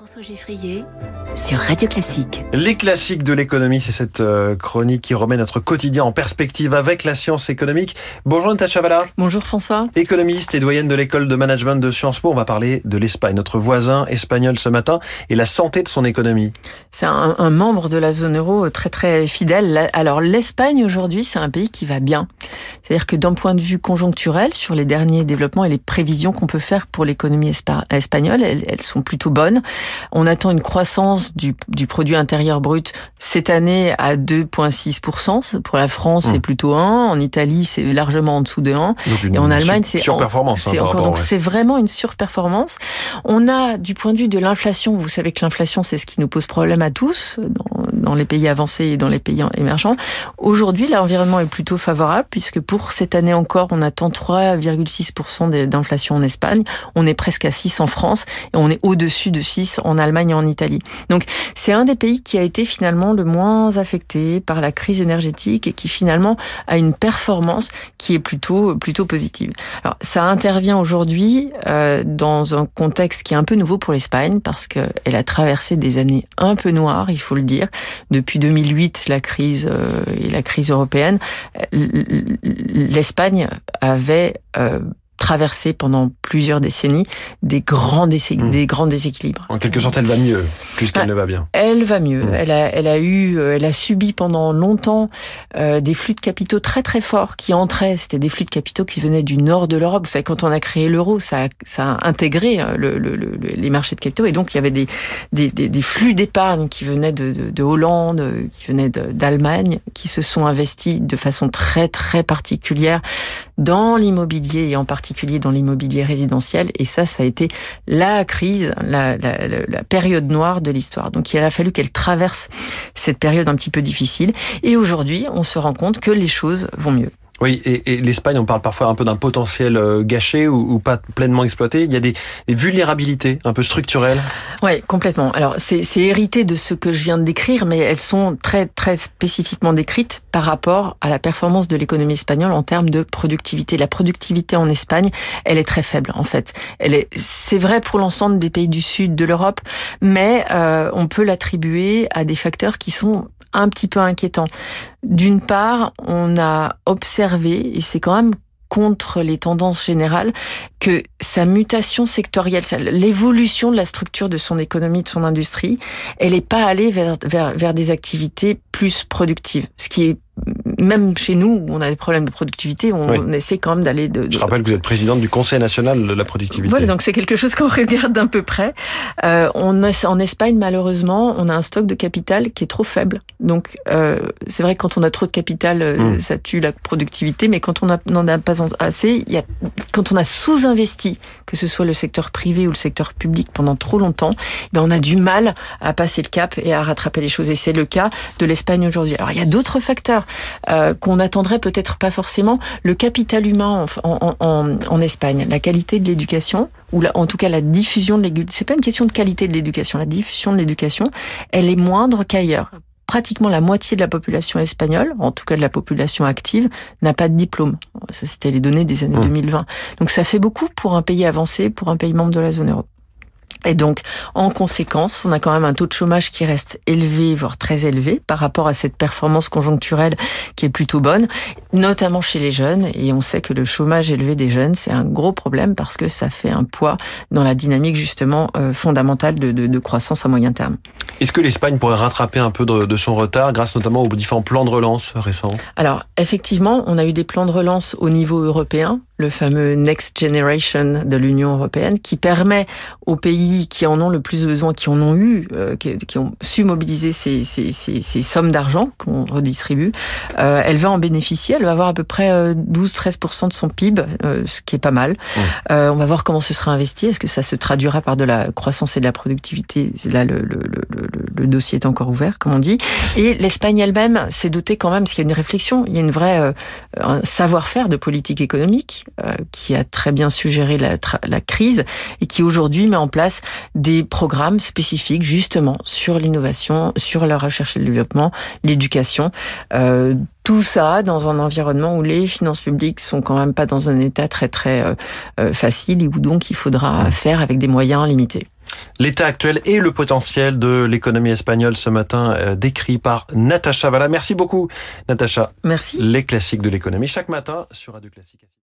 François Geffrier sur Radio Classique. Les classiques de l'économie, c'est cette chronique qui remet notre quotidien en perspective avec la science économique. Bonjour Natacha Valla. Bonjour François. Économiste et doyenne de l'école de management de Sciences Po, on va parler de l'Espagne, notre voisin espagnol ce matin, et la santé de son économie. C'est un membre de la zone euro très très fidèle. Alors l'Espagne aujourd'hui, c'est un pays qui va bien. C'est-à-dire que d'un point de vue conjoncturel, sur les derniers développements et les prévisions qu'on peut faire pour l'économie espagnole, elles sont plutôt bonnes. On attend une croissance du produit intérieur brut cette année à 2,6%. Pour la France, c'est plutôt 1. En Italie, c'est largement en dessous de 1. Et en Allemagne, c'est surperformance. Donc c'est vraiment une surperformance. On a, du point de vue de l'inflation, vous savez que l'inflation, c'est ce qui nous pose problème à tous, dans les pays avancés et dans les pays émergents. Aujourd'hui, l'environnement est plutôt favorable, puisque pour cette année encore, on attend 3,6% d'inflation en Espagne. On est presque à 6 en France, et on est au-dessus de 6 en Allemagne et en Italie. Donc, c'est un des pays qui a été finalement le moins affecté par la crise énergétique et qui finalement a une performance qui est plutôt positive. Alors, ça intervient aujourd'hui dans un contexte qui est un peu nouveau pour l'Espagne parce qu'elle a traversé des années un peu noires, il faut le dire. Depuis 2008, la crise européenne, l'Espagne avait traversé pendant plusieurs décennies des grands déséquilibres. En quelque sorte, elle va mieux, plus qu'elle ne va bien. Elle va mieux. Elle a subi pendant longtemps des flux de capitaux très très forts qui entraient. C'était des flux de capitaux qui venaient du nord de l'Europe. Vous savez, quand on a créé l'euro, ça a intégré les marchés de capitaux, et donc il y avait des flux d'épargne qui venaient de Hollande, qui venaient d'Allemagne, qui se sont investis de façon très très particulière dans l'immobilier, et en particulier dans l'immobilier résidentiel. Et ça a été la crise, la période noire de l'histoire. Donc il a fallu qu'elle traverse cette période un petit peu difficile. Et aujourd'hui, on se rend compte que les choses vont mieux. Oui, et l'Espagne, on parle parfois un peu d'un potentiel gâché ou pas pleinement exploité. Il y a des vulnérabilités un peu structurelles. Oui, complètement. Alors, c'est hérité de ce que je viens de décrire, mais elles sont très, très spécifiquement décrites par rapport à la performance de l'économie espagnole en termes de productivité. La productivité en Espagne, elle est très faible, en fait. C'est vrai pour l'ensemble des pays du sud de l'Europe, mais on peut l'attribuer à des facteurs qui sont un petit peu inquiétant. D'une part, on a observé, et c'est quand même contre les tendances générales, que sa mutation sectorielle, l'évolution de la structure de son économie, de son industrie, elle n'est pas allée vers des activités plus productives. Ce qui est, même chez nous, où on a des problèmes de productivité, on essaie quand même d'aller Je rappelle que vous êtes présidente du Conseil national de la productivité. Voilà, donc c'est quelque chose qu'on regarde d'un peu près. En Espagne, malheureusement, on a un stock de capital qui est trop faible. Donc, c'est vrai que quand on a trop de capital, ça tue la productivité, mais quand on n'en a pas assez, quand on a sous-investi, que ce soit le secteur privé ou le secteur public pendant trop longtemps, on a du mal à passer le cap et à rattraper les choses. Et c'est le cas de l'Espagne aujourd'hui. Alors, il y a d'autres facteurs qu'on attendrait peut-être pas forcément. Le capital humain en Espagne, la qualité de l'éducation, ou en tout cas la diffusion de l'éducation. C'est pas une question de qualité de l'éducation. La diffusion de l'éducation, elle est moindre qu'ailleurs. Pratiquement la moitié de la population espagnole, en tout cas de la population active, n'a pas de diplôme. Ça, c'était les données des années 2020. Donc ça fait beaucoup pour un pays avancé, pour un pays membre de la zone euro. Et donc, en conséquence, on a quand même un taux de chômage qui reste élevé, voire très élevé, par rapport à cette performance conjoncturelle qui est plutôt bonne, notamment chez les jeunes. Et on sait que le chômage élevé des jeunes, c'est un gros problème parce que ça fait un poids dans la dynamique, justement, fondamentale de croissance à moyen terme. Est-ce que l'Espagne pourrait rattraper un peu de son retard, grâce notamment aux différents plans de relance récents ? Alors, effectivement, on a eu des plans de relance au niveau européen, le fameux Next Generation de l'Union européenne, qui permet aux pays qui en ont le plus besoin, qui en ont eu, qui ont su mobiliser ces sommes d'argent qu'on redistribue, elle va en bénéficier. Elle va avoir à peu près 12-13% de son PIB, ce qui est pas mal. On va voir comment ce sera investi. Est-ce que ça se traduira par de la croissance et de la productivité ? Là, le dossier est encore ouvert, comme on dit. Et l'Espagne elle-même s'est dotée quand même, parce qu'il y a une réflexion, il y a une vraie un savoir-faire de politique économique qui a très bien su gérer la crise et qui aujourd'hui met en place des programmes spécifiques justement sur l'innovation, sur la recherche et le développement, l'éducation. Tout ça dans un environnement où les finances publiques sont quand même pas dans un état très très facile et où donc il faudra faire avec des moyens limités. L'état actuel et le potentiel de l'économie espagnole ce matin, décrit par Natacha Valla. Merci beaucoup, Natacha. Merci. Les classiques de l'économie chaque matin sur Radio Classique.